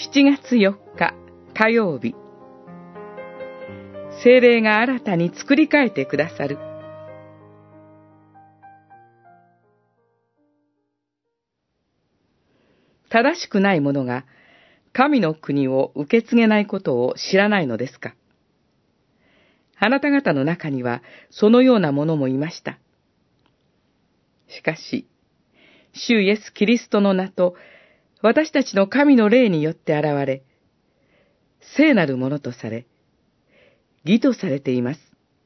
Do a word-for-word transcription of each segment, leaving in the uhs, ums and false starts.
しちがつよっか火曜日、聖霊が新たに作り変えてくださる。正しくない者が神の国を受け継げないことを知らないのですか？あなた方の中にはそのような者もいました。しかし、主イエス・キリストの名と私たちの神の霊によって現れ、聖なるものとされ、義とされています。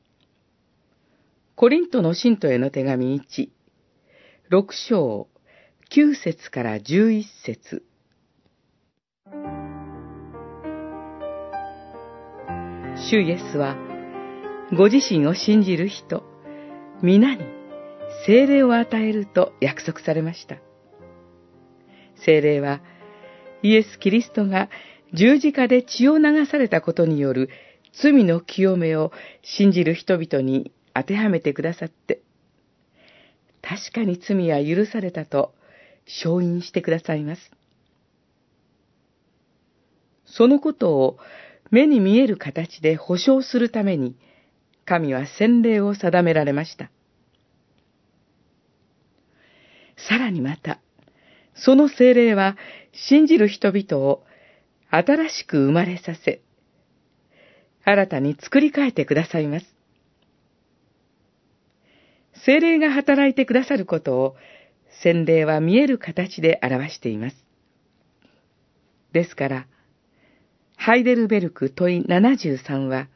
コリントの信徒への手紙いち、ろく章、きゅう節からじゅういち節。主イエスは、ご自身を信じる人、皆に聖霊を与えると約束されました。聖霊は、イエス・キリストが十字架で血を流されたことによる罪の清めを信じる人々に当てはめてくださって、確かに罪は許されたと承認してくださいます。そのことを目に見える形で保証するために、神は洗礼を定められました。さらにまた、その聖霊は信じる人々を新しく生まれさせ、新たに作り変えてくださいます。聖霊が働いてくださることを、洗礼は見える形で表しています。ですから、ハイデルベルク問いななじゅうさんは、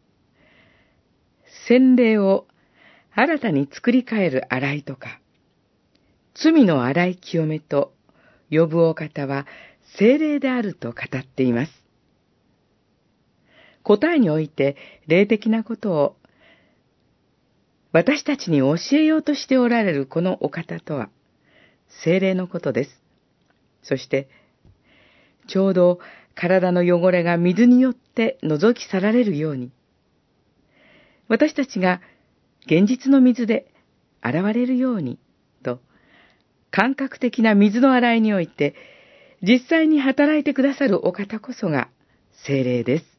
洗礼を新たに作り変える洗いとか、罪の洗い清めと呼ぶお方は聖霊であると語っています。答えにおいて霊的なことを私たちに教えようとしておられるこのお方とは聖霊のことです。そしてちょうど体の汚れが水によって覗き去られるように、私たちが現実の水で洗われるようにと、感覚的な水の洗いにおいて実際に働いてくださるお方こそが聖霊です。